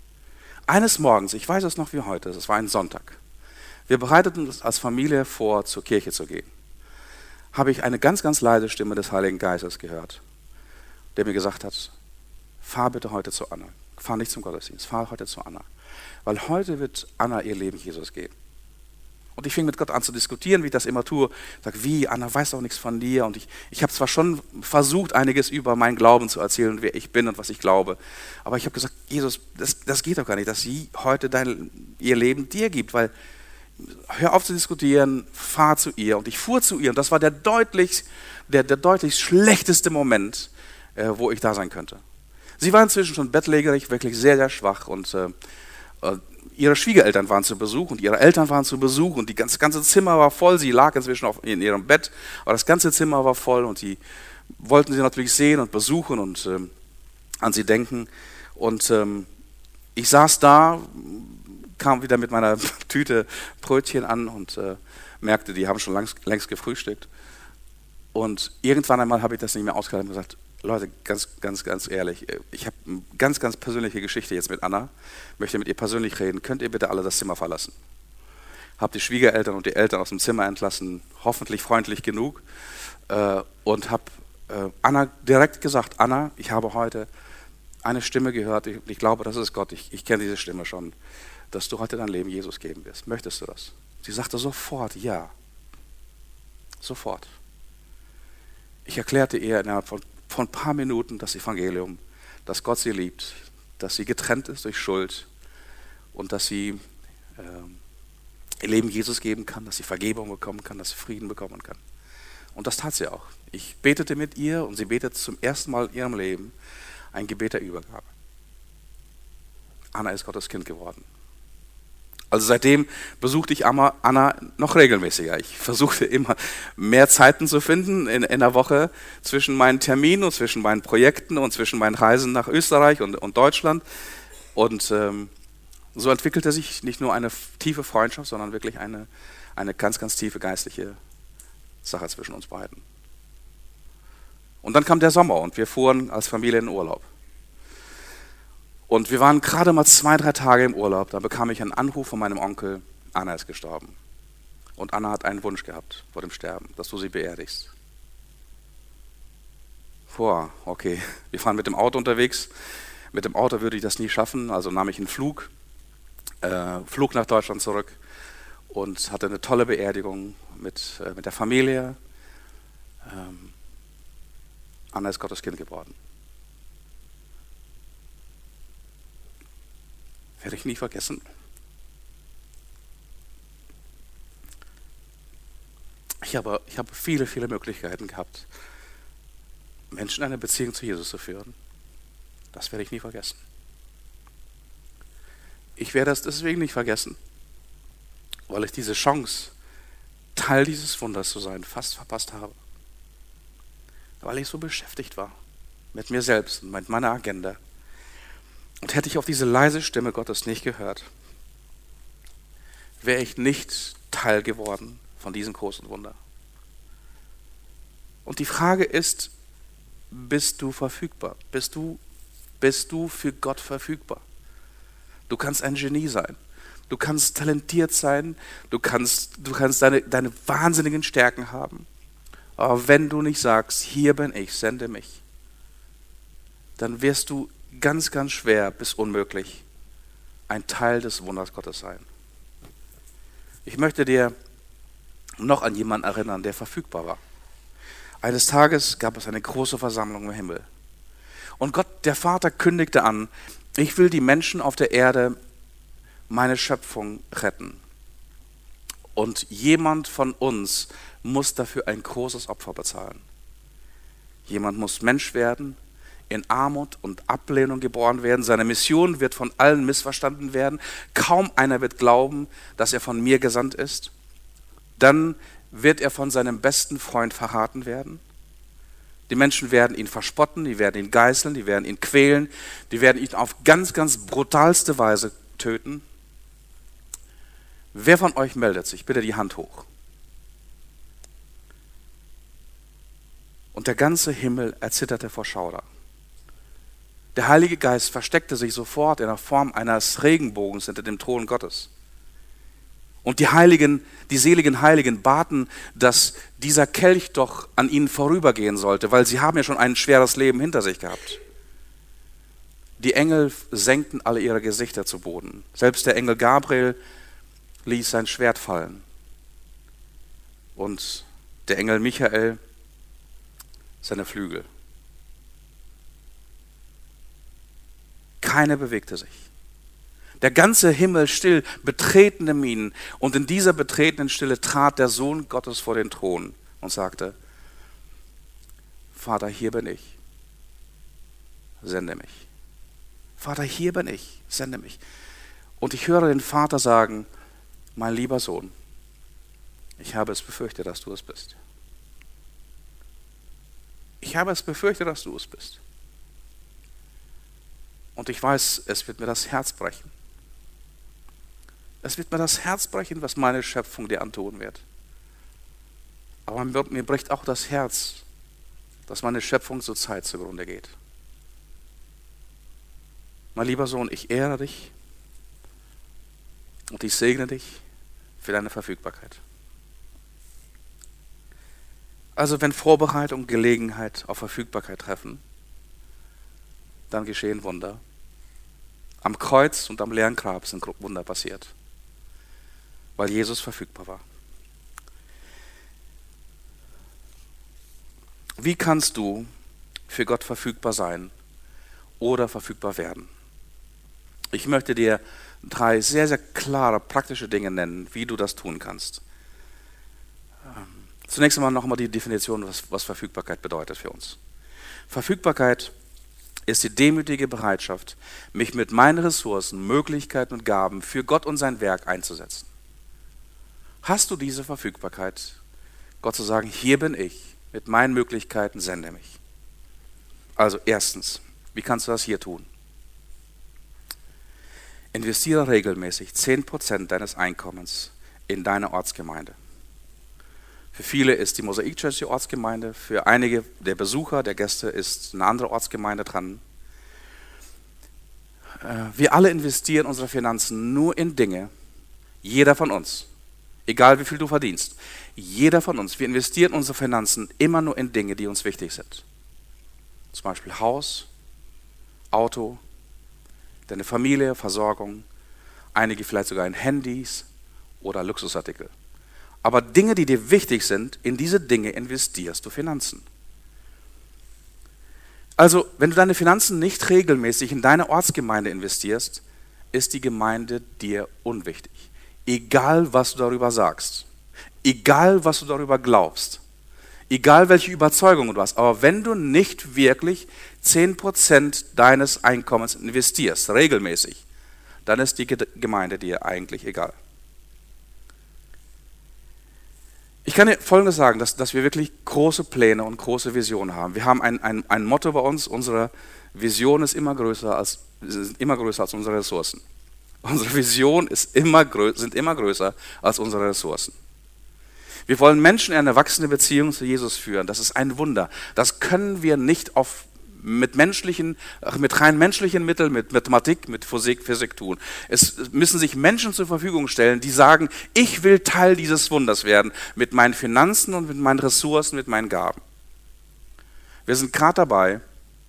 Eines Morgens, ich weiß es noch wie heute, es war ein Sonntag, wir bereiteten uns als Familie vor, zur Kirche zu gehen, habe ich eine ganz, ganz leise Stimme des Heiligen Geistes gehört, der mir gesagt hat, fahr bitte heute zu Anna. Fahr nicht zum Gottesdienst, fahr heute zu Anna. Weil heute wird Anna ihr Leben Jesus geben. Und ich fing mit Gott an zu diskutieren, wie ich das immer tue. Ich sage, wie, Anna weiß doch nichts von dir. Und ich habe zwar schon versucht, einiges über meinen Glauben zu erzählen, wer ich bin und was ich glaube. Aber ich habe gesagt, Jesus, das geht doch gar nicht, dass sie heute ihr Leben dir gibt. Weil, hör auf zu diskutieren, fahr zu ihr. Und ich fuhr zu ihr. Und das war der deutlich schlechteste Moment, wo ich da sein könnte. Sie war inzwischen schon bettlägerig, wirklich sehr, sehr schwach und ihre Schwiegereltern waren zu Besuch und ihre Eltern waren zu Besuch und das ganze Zimmer war voll. Sie lag inzwischen in ihrem Bett, aber das ganze Zimmer war voll und die wollten sie natürlich sehen und besuchen und an sie denken. Und ich saß da, kam wieder mit meiner Tüte Brötchen an und merkte, die haben schon längst gefrühstückt. Und irgendwann einmal habe ich das nicht mehr ausgehalten und gesagt, Leute, ganz ehrlich, ich habe eine ganz persönliche Geschichte jetzt mit Anna, möchte mit ihr persönlich reden. Könnt ihr bitte alle das Zimmer verlassen? Habe die Schwiegereltern und die Eltern aus dem Zimmer entlassen, hoffentlich freundlich genug, und habe Anna direkt gesagt, Anna, ich habe heute eine Stimme gehört, ich glaube, das ist Gott, ich kenne diese Stimme schon, dass du heute dein Leben Jesus geben wirst. Möchtest du das? Sie sagte sofort, ja. Sofort. Ich erklärte ihr innerhalb von ein paar Minuten das Evangelium, dass Gott sie liebt, dass sie getrennt ist durch Schuld und dass sie ihr Leben Jesus geben kann, dass sie Vergebung bekommen kann, dass sie Frieden bekommen kann. Und das tat sie auch. Ich betete mit ihr und sie betete zum ersten Mal in ihrem Leben ein Gebet der Übergabe. Anna ist Gottes Kind geworden. Also seitdem besuchte ich Anna noch regelmäßiger. Ich versuchte immer mehr Zeiten zu finden in der Woche zwischen meinen Terminen und zwischen meinen Projekten und zwischen meinen Reisen nach Österreich und Deutschland. Und so entwickelte sich nicht nur eine tiefe Freundschaft, sondern wirklich eine ganz, ganz tiefe geistliche Sache zwischen uns beiden. Und dann kam der Sommer und wir fuhren als Familie in Urlaub. Und wir waren gerade mal 2-3 Tage im Urlaub, da bekam ich einen Anruf von meinem Onkel, Anna ist gestorben. Und Anna hat einen Wunsch gehabt vor dem Sterben, dass du sie beerdigst. Boah, okay, wir fahren mit dem Auto unterwegs. Mit dem Auto würde ich das nie schaffen, also nahm ich einen Flug nach Deutschland zurück und hatte eine tolle Beerdigung mit der Familie. Anna ist Gottes Kind geworden. Werde ich nie vergessen. Ich habe viele, viele Möglichkeiten gehabt, Menschen in eine Beziehung zu Jesus zu führen. Das werde ich nie vergessen. Ich werde es deswegen nicht vergessen, weil ich diese Chance, Teil dieses Wunders zu sein, fast verpasst habe. Weil ich so beschäftigt war mit mir selbst und mit meiner Agenda. Und hätte ich auf diese leise Stimme Gottes nicht gehört, wäre ich nicht Teil geworden von diesem großen Wunder. Und die Frage ist, bist du verfügbar? Bist du für Gott verfügbar? Du kannst ein Genie sein. Du kannst talentiert sein. Du kannst deine wahnsinnigen Stärken haben. Aber wenn du nicht sagst, hier bin ich, sende mich, dann wirst du ganz, ganz schwer bis unmöglich ein Teil des Wunders Gottes sein. Ich möchte dir noch an jemanden erinnern, der verfügbar war. Eines Tages gab es eine große Versammlung im Himmel. Und Gott, der Vater, kündigte an, ich will die Menschen auf der Erde, meine Schöpfung, retten. Und jemand von uns muss dafür ein großes Opfer bezahlen. Jemand muss Mensch werden, in Armut und Ablehnung geboren werden. Seine Mission wird von allen missverstanden werden. Kaum einer wird glauben, dass er von mir gesandt ist. Dann wird er von seinem besten Freund verraten werden. Die Menschen werden ihn verspotten, die werden ihn geißeln, die werden ihn quälen, die werden ihn auf ganz, ganz brutalste Weise töten. Wer von euch meldet sich? Bitte die Hand hoch. Und der ganze Himmel erzitterte vor Schauder. Der Heilige Geist versteckte sich sofort in der Form eines Regenbogens hinter dem Thron Gottes. Und die seligen Heiligen baten, dass dieser Kelch doch an ihnen vorübergehen sollte, weil sie haben ja schon ein schweres Leben hinter sich gehabt. Die Engel senkten alle ihre Gesichter zu Boden. Selbst der Engel Gabriel ließ sein Schwert fallen. Und der Engel Michael seine Flügel. Keiner bewegte sich. Der ganze Himmel still, betretene Mienen. Und in dieser betretenen Stille trat der Sohn Gottes vor den Thron und sagte, Vater, hier bin ich, sende mich. Vater, hier bin ich, sende mich. Und ich höre den Vater sagen, mein lieber Sohn, ich habe es befürchtet, dass du es bist. Ich habe es befürchtet, dass du es bist. Und ich weiß, es wird mir das Herz brechen. Es wird mir das Herz brechen, was meine Schöpfung dir antun wird. Aber mir bricht auch das Herz, dass meine Schöpfung zur Zeit zugrunde geht. Mein lieber Sohn, ich ehre dich und ich segne dich für deine Verfügbarkeit. Also wenn Vorbereitung und Gelegenheit auf Verfügbarkeit treffen, dann geschehen Wunder. Am Kreuz und am leeren Grab sind Wunder passiert, weil Jesus verfügbar war. Wie kannst du für Gott verfügbar sein oder verfügbar werden? Ich möchte dir 3 sehr, sehr klare, praktische Dinge nennen, wie du das tun kannst. Zunächst einmal nochmal die Definition, was Verfügbarkeit bedeutet für uns. Verfügbarkeit ist die demütige Bereitschaft, mich mit meinen Ressourcen, Möglichkeiten und Gaben für Gott und sein Werk einzusetzen. Hast du diese Verfügbarkeit, Gott zu sagen, hier bin ich, mit meinen Möglichkeiten sende mich? Also erstens, wie kannst du das hier tun? Investiere regelmäßig 10% deines Einkommens in deine Ortsgemeinde. Für viele ist die Mosaik Church die Ortsgemeinde, für einige der Besucher, der Gäste ist eine andere Ortsgemeinde dran. Wir alle investieren unsere Finanzen nur in Dinge, jeder von uns, egal wie viel du verdienst, jeder von uns, wir investieren unsere Finanzen immer nur in Dinge, die uns wichtig sind. Zum Beispiel Haus, Auto, deine Familie, Versorgung, einige vielleicht sogar in Handys oder Luxusartikel. Aber Dinge, die dir wichtig sind, in diese Dinge investierst du Finanzen. Also, wenn du deine Finanzen nicht regelmäßig in deine Ortsgemeinde investierst, ist die Gemeinde dir unwichtig. Egal, was du darüber sagst, egal, was du darüber glaubst, egal, welche Überzeugungen du hast, aber wenn du nicht wirklich 10% deines Einkommens investierst, regelmäßig, dann ist die Gemeinde dir eigentlich egal. Ich kann dir Folgendes sagen, dass wir wirklich große Pläne und große Visionen haben. Wir haben ein Motto bei uns, unsere Vision ist immer größer als unsere Ressourcen. Unsere Vision sind immer größer als unsere Ressourcen. Wir wollen Menschen in eine wachsende Beziehung zu Jesus führen. Das ist ein Wunder. Das können wir nicht mit rein menschlichen Mitteln, mit Mathematik, mit Physik tun. Es müssen sich Menschen zur Verfügung stellen, die sagen, ich will Teil dieses Wunders werden, mit meinen Finanzen und mit meinen Ressourcen, mit meinen Gaben. Wir sind gerade dabei,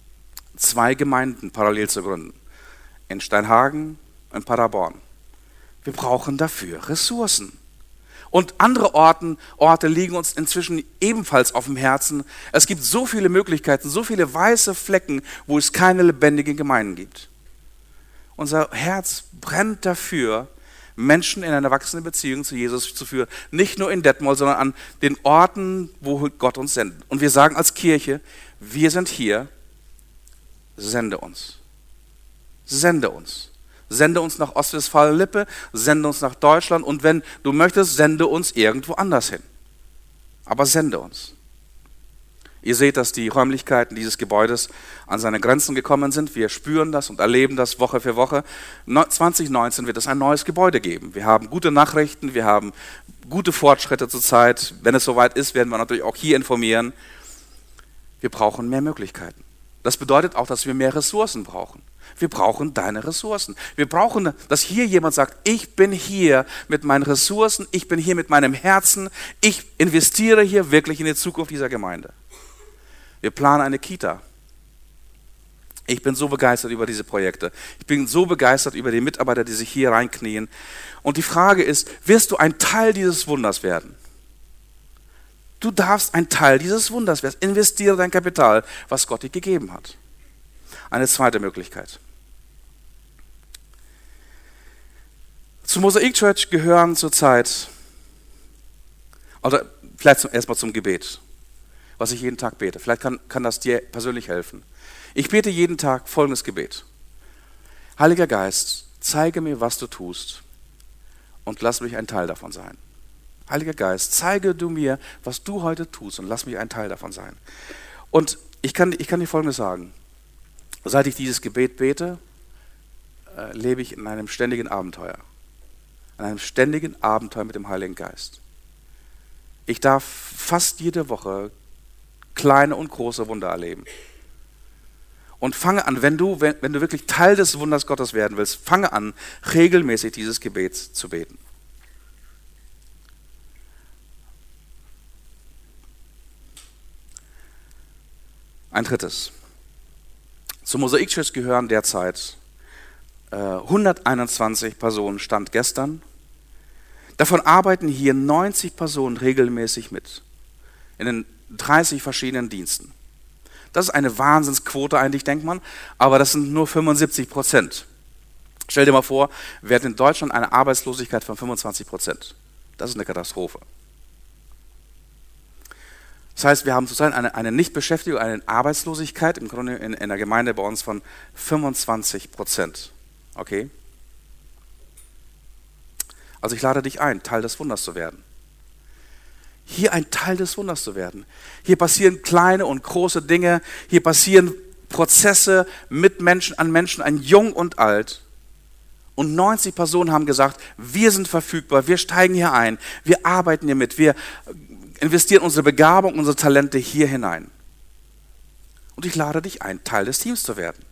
2 Gemeinden parallel zu gründen. In Steinhagen und in Paderborn. Wir brauchen dafür Ressourcen. Und andere Orte liegen uns inzwischen ebenfalls auf dem Herzen. Es gibt so viele Möglichkeiten, so viele weiße Flecken, wo es keine lebendigen Gemeinden gibt. Unser Herz brennt dafür, Menschen in eine wachsende Beziehung zu Jesus zu führen. Nicht nur in Detmold, sondern an den Orten, wo Gott uns sendet. Und wir sagen als Kirche, wir sind hier, sende uns. Sende uns. Sende uns nach Ostwestfalen-Lippe, sende uns nach Deutschland und wenn du möchtest, sende uns irgendwo anders hin. Aber sende uns. Ihr seht, dass die Räumlichkeiten dieses Gebäudes an seine Grenzen gekommen sind. Wir spüren das und erleben das Woche für Woche. 2019 wird es ein neues Gebäude geben. Wir haben gute Nachrichten, wir haben gute Fortschritte zurzeit. Wenn es soweit ist, werden wir natürlich auch hier informieren. Wir brauchen mehr Möglichkeiten. Das bedeutet auch, dass wir mehr Ressourcen brauchen. Wir brauchen deine Ressourcen. Wir brauchen, dass hier jemand sagt, ich bin hier mit meinen Ressourcen, ich bin hier mit meinem Herzen, ich investiere hier wirklich in die Zukunft dieser Gemeinde. Wir planen eine Kita. Ich bin so begeistert über diese Projekte. Ich bin so begeistert über die Mitarbeiter, die sich hier reinknien. Und die Frage ist, wirst du ein Teil dieses Wunders werden? Du darfst ein Teil dieses Wunders werden. Investiere dein Kapital, was Gott dir gegeben hat. Eine zweite Möglichkeit. Zur Mosaik Church gehören zurzeit, oder vielleicht erstmal zum Gebet, was ich jeden Tag bete. Vielleicht kann das dir persönlich helfen. Ich bete jeden Tag folgendes Gebet. Heiliger Geist, zeige mir, was du tust und lass mich ein Teil davon sein. Heiliger Geist, zeige du mir, was du heute tust und lass mich ein Teil davon sein. Und ich kann dir Folgendes sagen. Seit ich dieses Gebet bete, lebe ich in einem ständigen Abenteuer. In einem ständigen Abenteuer mit dem Heiligen Geist. Ich darf fast jede Woche kleine und große Wunder erleben. Und fange an, wenn du wirklich Teil des Wunders Gottes werden willst, fange an, regelmäßig dieses Gebet zu beten. Ein drittes. Zur Mosaik Church gehören derzeit 121 Personen, Stand gestern. Davon arbeiten hier 90 Personen regelmäßig mit, in den 30 verschiedenen Diensten. Das ist eine Wahnsinnsquote eigentlich, denkt man, aber das sind nur 75%. Stell dir mal vor, wir hätten in Deutschland eine Arbeitslosigkeit von 25%. Das ist eine Katastrophe. Das heißt, wir haben sozusagen eine Nichtbeschäftigung, eine Arbeitslosigkeit im Grunde in der Gemeinde bei uns von 25%. Okay? Also ich lade dich ein, Teil des Wunders zu werden. Hier ein Teil des Wunders zu werden. Hier passieren kleine und große Dinge. Hier passieren Prozesse mit Menschen, an jung und alt. Und 90 Personen haben gesagt, wir sind verfügbar, wir steigen hier ein, wir arbeiten hier mit, wir investieren unsere Begabung, unsere Talente hier hinein. Und ich lade dich ein, Teil des Teams zu werden.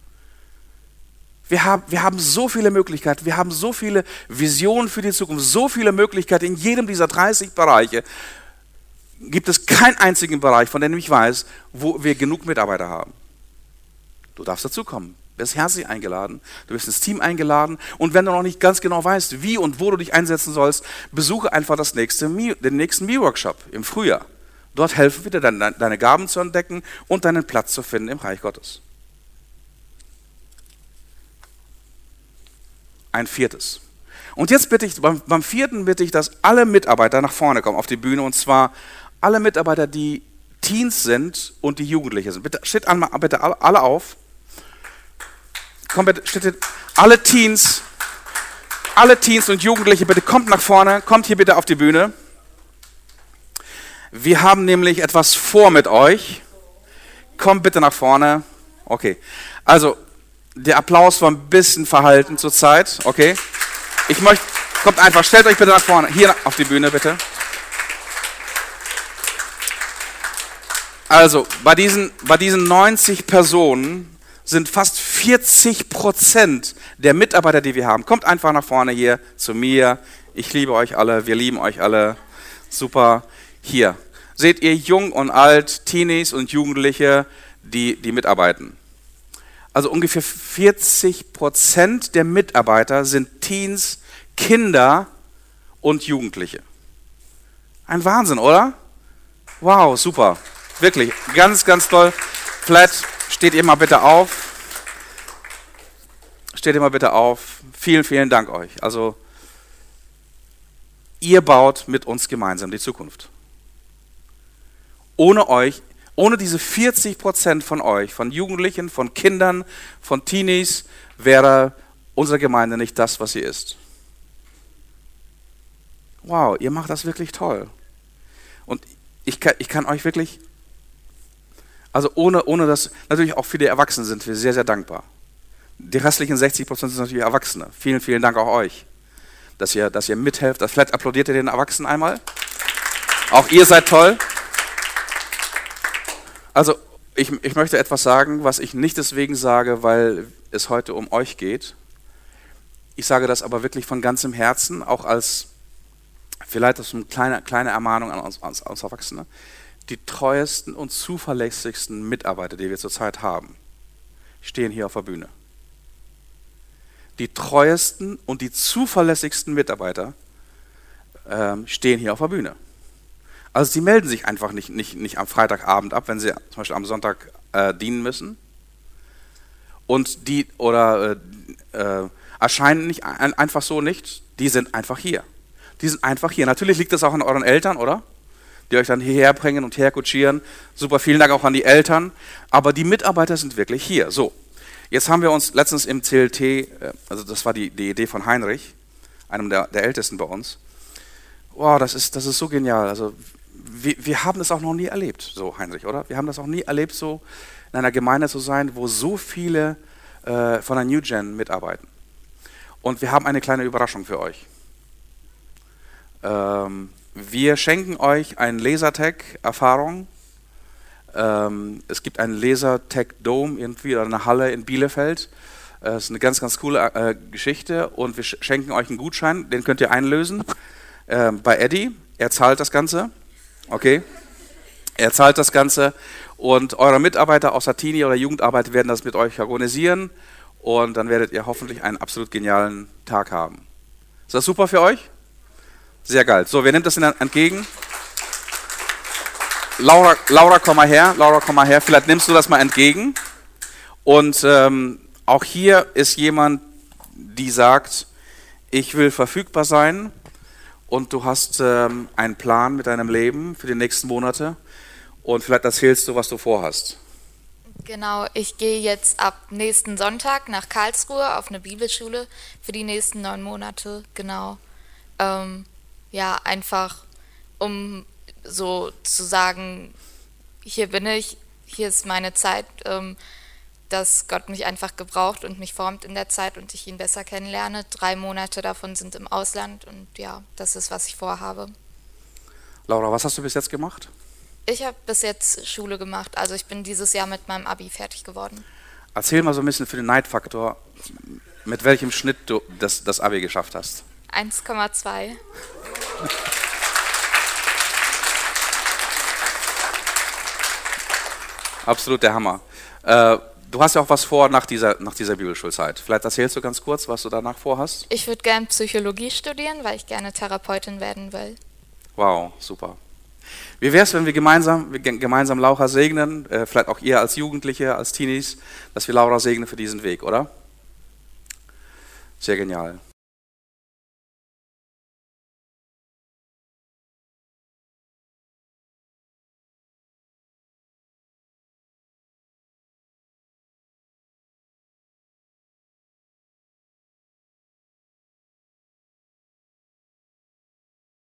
Wir haben so viele Möglichkeiten, wir haben so viele Visionen für die Zukunft, so viele Möglichkeiten in jedem dieser 30 Bereiche. Gibt es keinen einzigen Bereich, von dem ich weiß, wo wir genug Mitarbeiter haben. Du darfst dazukommen. Du bist herzlich eingeladen, du bist ins Team eingeladen und wenn du noch nicht ganz genau weißt, wie und wo du dich einsetzen sollst, besuche einfach den nächsten Me-Workshop im Frühjahr. Dort helfen wir dir, deine Gaben zu entdecken und deinen Platz zu finden im Reich Gottes. Ein viertes. Und jetzt bitte ich, beim vierten bitte ich, dass alle Mitarbeiter nach vorne kommen auf die Bühne und zwar alle Mitarbeiter, die Teens sind und die Jugendliche sind. Bitte steht bitte alle auf. Komm bitte, steht alle Teens und Jugendliche, bitte kommt nach vorne, kommt hier bitte auf die Bühne. Wir haben nämlich etwas vor mit euch. Kommt bitte nach vorne. Okay, also der Applaus war ein bisschen verhalten zur Zeit. Okay, kommt einfach, stellt euch bitte nach vorne, hier auf die Bühne bitte. Also bei diesen 90 Personen sind fast 40% der Mitarbeiter, die wir haben. Kommt einfach nach vorne hier zu mir. Ich liebe euch alle, wir lieben euch alle. Super. Hier. Seht ihr jung und alt, Teenies und Jugendliche, die mitarbeiten. Also ungefähr 40% der Mitarbeiter sind Teens, Kinder und Jugendliche. Ein Wahnsinn, oder? Wow, super. Wirklich, ganz, ganz toll. Flat. Steht ihr mal bitte auf. Steht ihr mal bitte auf. Vielen, vielen Dank euch. Also, ihr baut mit uns gemeinsam die Zukunft. Ohne euch, ohne diese 40% von euch, von Jugendlichen, von Kindern, von Teenies, wäre unsere Gemeinde nicht das, was sie ist. Wow, ihr macht das wirklich toll. Und ich kann euch wirklich... Also ohne das, natürlich auch für die Erwachsenen sind wir sehr, sehr dankbar. Die restlichen 60% sind natürlich Erwachsene. Vielen, vielen Dank auch euch, dass ihr mithelft. Vielleicht applaudiert ihr den Erwachsenen einmal. Auch ihr seid toll. Also ich möchte etwas sagen, was ich nicht deswegen sage, weil es heute um euch geht. Ich sage das aber wirklich von ganzem Herzen, auch als vielleicht als eine kleine Ermahnung an uns Erwachsene. Die treuesten und zuverlässigsten Mitarbeiter, die wir zurzeit haben, stehen hier auf der Bühne. Die treuesten und die zuverlässigsten Mitarbeiter stehen hier auf der Bühne. Also sie melden sich einfach nicht am Freitagabend ab, wenn sie zum Beispiel am Sonntag dienen müssen. Und die erscheinen nicht einfach so nicht, die sind einfach hier. Die sind einfach hier. Natürlich liegt das auch an euren Eltern, oder? Die euch dann hierher bringen und herkutschieren. Super, vielen Dank auch an die Eltern. Aber die Mitarbeiter sind wirklich hier. So, jetzt haben wir uns letztens im CLT, also das war die Idee von Heinrich, einem der Ältesten bei uns. Wow, das ist so genial. Also wir haben das auch noch nie erlebt, so Heinrich, oder? Wir haben das auch nie erlebt, so in einer Gemeinde zu sein, wo so viele von der New Gen mitarbeiten. Und wir haben eine kleine Überraschung für euch. Wir schenken euch eine Lasertag-Erfahrung. Es gibt einen Lasertag-Dome irgendwie oder eine Halle in Bielefeld. Das ist eine ganz, ganz coole Geschichte und wir schenken euch einen Gutschein, den könnt ihr einlösen bei Eddie. Er zahlt das Ganze. Okay? Er zahlt das Ganze und eure Mitarbeiter aus der Teenie- oder Jugendarbeit werden das mit euch organisieren und dann werdet ihr hoffentlich einen absolut genialen Tag haben. Ist das super für euch? Sehr geil. So, wer nimmt das entgegen? Laura, komm mal her. Vielleicht nimmst du das mal entgegen. Und auch hier ist jemand, die sagt, ich will verfügbar sein und du hast einen Plan mit deinem Leben für die nächsten Monate und vielleicht erzählst du, was du vorhast. Genau, ich gehe jetzt ab nächsten Sonntag nach Karlsruhe auf eine Bibelschule für die nächsten 9 Monate, genau. Ja, einfach um so zu sagen, hier bin ich, hier ist meine Zeit, dass Gott mich einfach gebraucht und mich formt in der Zeit und ich ihn besser kennenlerne. 3 Monate davon sind im Ausland und ja, das ist, was ich vorhabe. Laura, was hast du bis jetzt gemacht? Ich habe bis jetzt Schule gemacht, also ich bin dieses Jahr mit meinem Abi fertig geworden. Erzähl mal so ein bisschen für den Neidfaktor, mit welchem Schnitt du das Abi geschafft hast. 1,2. Absolut der Hammer. Du hast ja auch was vor nach dieser Bibelschulzeit. Vielleicht erzählst du ganz kurz, was du danach vorhast? Ich würde gerne Psychologie studieren, weil ich gerne Therapeutin werden will. Wow, super. Wie wäre es, wenn wir gemeinsam Laura segnen, vielleicht auch ihr als Jugendliche, als Teenies, dass wir Laura segnen für diesen Weg, oder? Sehr genial.